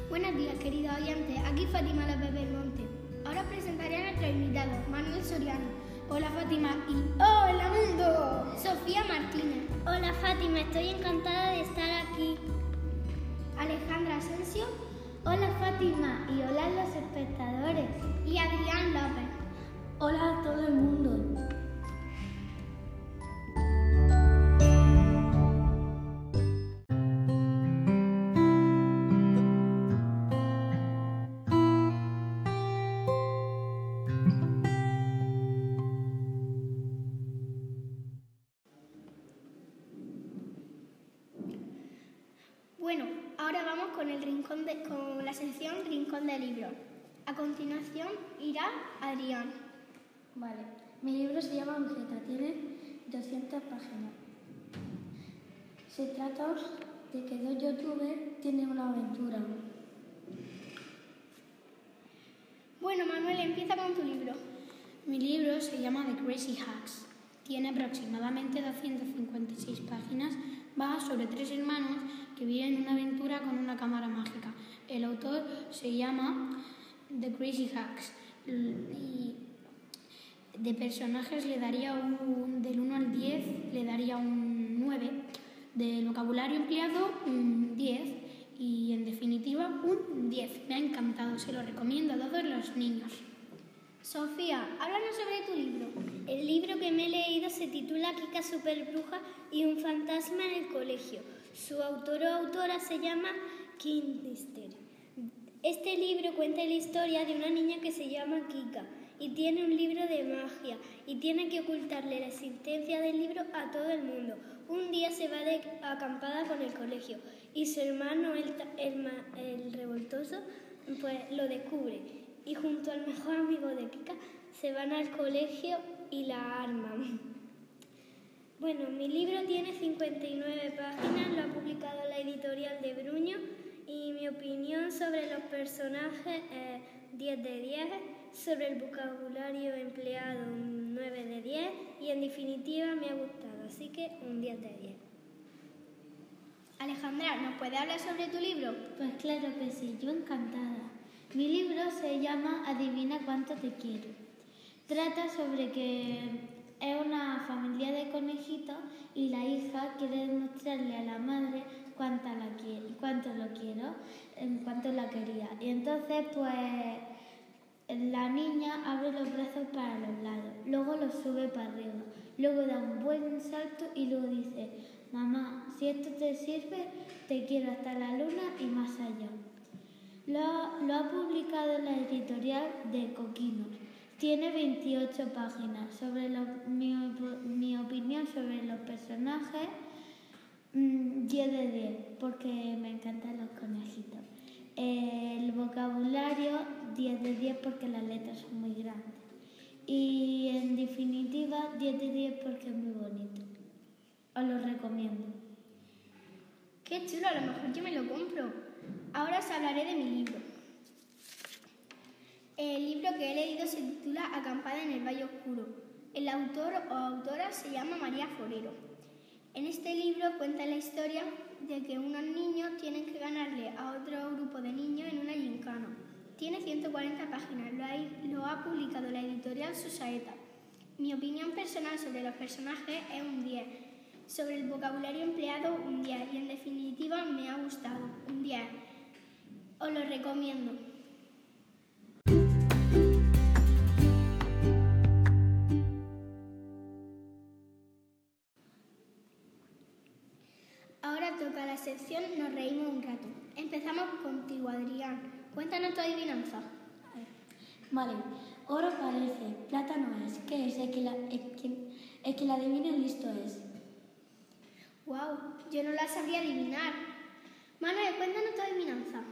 Buenos días, queridos oyentes. Aquí Fátima López Belmonte. Ahora os presentaré a nuestros invitados, Manuel Soriano. Hola Fátima y ¡hola mundo! Sofía Martínez. Hola Fátima, estoy encantada de estar aquí. Alejandra Asensio. Hola Fátima y hola a los espectadores. Y Adrián López. Hola a todo el mundo. Bueno, ahora vamos con la sección Rincón de Libros. A continuación irá Adrián. Vale, mi libro se llama Vegeta, tiene 200 páginas. Se trata de que dos youtubers tienen una aventura. Bueno, Manuel, empieza con tu libro. Mi libro se llama The Crazy Hacks. Tiene aproximadamente 256 páginas. Va sobre 3 hermanos que viven una aventura con una cámara mágica. El autor se llama The Crazy Hacks. Y de personajes le daría del 1 al 10, le daría un 9. Del vocabulario empleado, un 10. Y en definitiva, un 10. Me ha encantado, se lo recomiendo a todos los niños. Sofía, háblanos sobre tu libro. El libro que me he leído se titula Kika Superbruja y un fantasma en el colegio. Su autor o autora se llama Kim Lister. Este libro cuenta la historia de una niña que se llama Kika y tiene un libro de magia y tiene que ocultarle la existencia del libro a todo el mundo. Un día se va de acampada con el colegio y su hermano, el revoltoso, pues lo descubre. Y junto al mejor amigo de Kika se van al colegio y la arman. Bueno, mi libro tiene 59 páginas, lo ha publicado la editorial de Bruño y mi opinión sobre los personajes es 10 de 10, sobre el vocabulario empleado un 9 de 10 y en definitiva me ha gustado, así que un 10 de 10. Alejandra, ¿nos puedes hablar sobre tu libro? Pues claro que sí, yo encantada. Mi libro se llama Adivina cuánto te quiero. Trata sobre que es una familia de conejitos y la hija quiere demostrarle a la madre cuánto la quiere y cuánto lo quiero, cuánto la quería. Y entonces pues la niña abre los brazos para los lados, luego los sube para arriba, luego da un buen salto y luego dice: mamá, si esto te sirve, te quiero hasta la luna y más allá. Lo ha publicado la editorial de Coquinos. Tiene 28 páginas. Sobre mi opinión sobre los personajes, 10 de 10, porque me encantan los conejitos. El vocabulario, 10 de 10, porque las letras son muy grandes. Y en definitiva, 10 de 10 porque es muy bonito. Os lo recomiendo. Qué chulo, a lo mejor yo me lo compro. Ahora os hablaré de mi libro. El libro que he leído se titula Acampada en el Valle Oscuro. El autor o autora se llama María Forero. En este libro cuenta la historia de que unos niños tienen que ganarle a otro grupo de niños en una gincana. Tiene 140 páginas, lo ha publicado la editorial Susaeta. Mi opinión personal sobre los personajes es un 10. Sobre el vocabulario empleado, un 10. Y en definitiva me ha gustado, un 10. Os lo recomiendo. Ahora toca la sección Nos reímos un rato. Empezamos contigo, Adrián. Cuéntanos tu adivinanza. Vale, oro parece, plata no es. ¿Qué es? El que la adivine listo es. ¡Wow! Yo no la sabría adivinar. Manuel, cuéntanos tu adivinanza.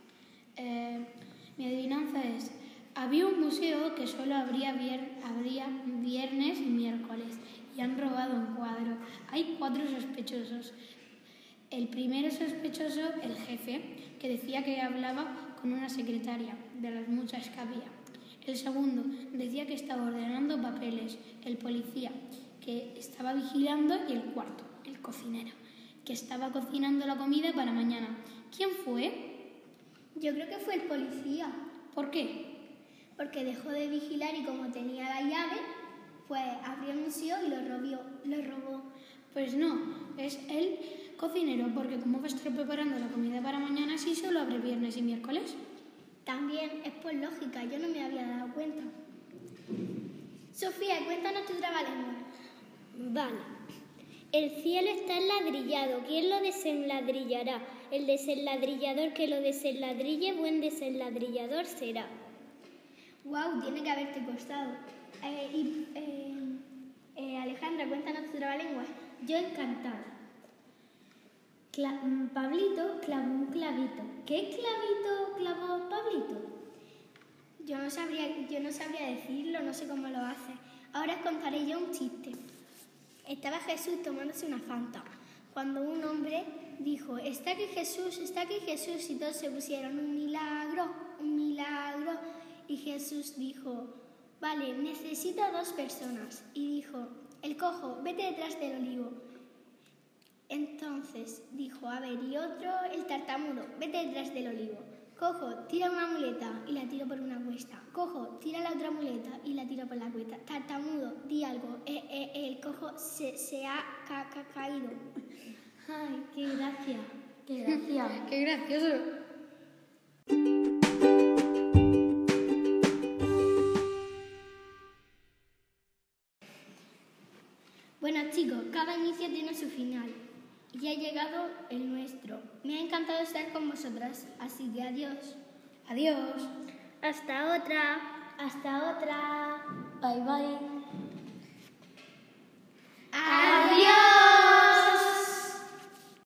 Mi adivinanza es: había un museo que solo abría viernes y miércoles y han robado un cuadro. Hay 4 sospechosos. El primero sospechoso, el jefe, que decía que hablaba con una secretaria de las muchas que había. El segundo decía que estaba ordenando papeles. El policía, que estaba vigilando. Y el cuarto, el cocinero, que estaba cocinando la comida para mañana. ¿Quién fue? Yo creo que fue el policía, ¿Por qué? porque dejó de vigilar y como tenía la llave, pues abrió el museo y lo robó. Pues no, es el cocinero, porque como va a estar preparando la comida para mañana si solo abre viernes y miércoles. También es por lógica, yo no me había dado cuenta. Sofía, cuéntanos tu trabalengua. Vale. El cielo está enladrillado. ¿Quién lo desenladrillará? El desenladrillador que lo desenladrille, buen desenladrillador será. Wow, tiene que haberte costado. Alejandra, cuéntanos tu trabalengua. Yo encantada. Pablito clavó un clavito. ¿Qué clavito clavó Pablito? Yo no sabría decirlo, no sé cómo lo hace. Ahora os contaré yo un chiste. Estaba Jesús tomándose una Fanta, cuando un hombre dijo, está aquí Jesús, y todos se pusieron un milagro. Y Jesús dijo, vale, necesito a 2 personas. Y dijo, el cojo, vete detrás del olivo. Entonces dijo, a ver, y otro, el tartamudo, vete detrás del olivo. Cojo, tira una muleta y la tiro por una cuesta. Cojo, tira la otra muleta y la tiro por la cuesta. Tartamudo, di algo. El cojo se ha caído. Ay, qué gracia. ¡Qué gracia! ¡Qué gracioso! Bueno chicos, cada inicio tiene su final. Y ha llegado el nuestro. Me ha encantado estar con vosotras, así que adiós. Adiós. Hasta otra. Hasta otra. Bye bye.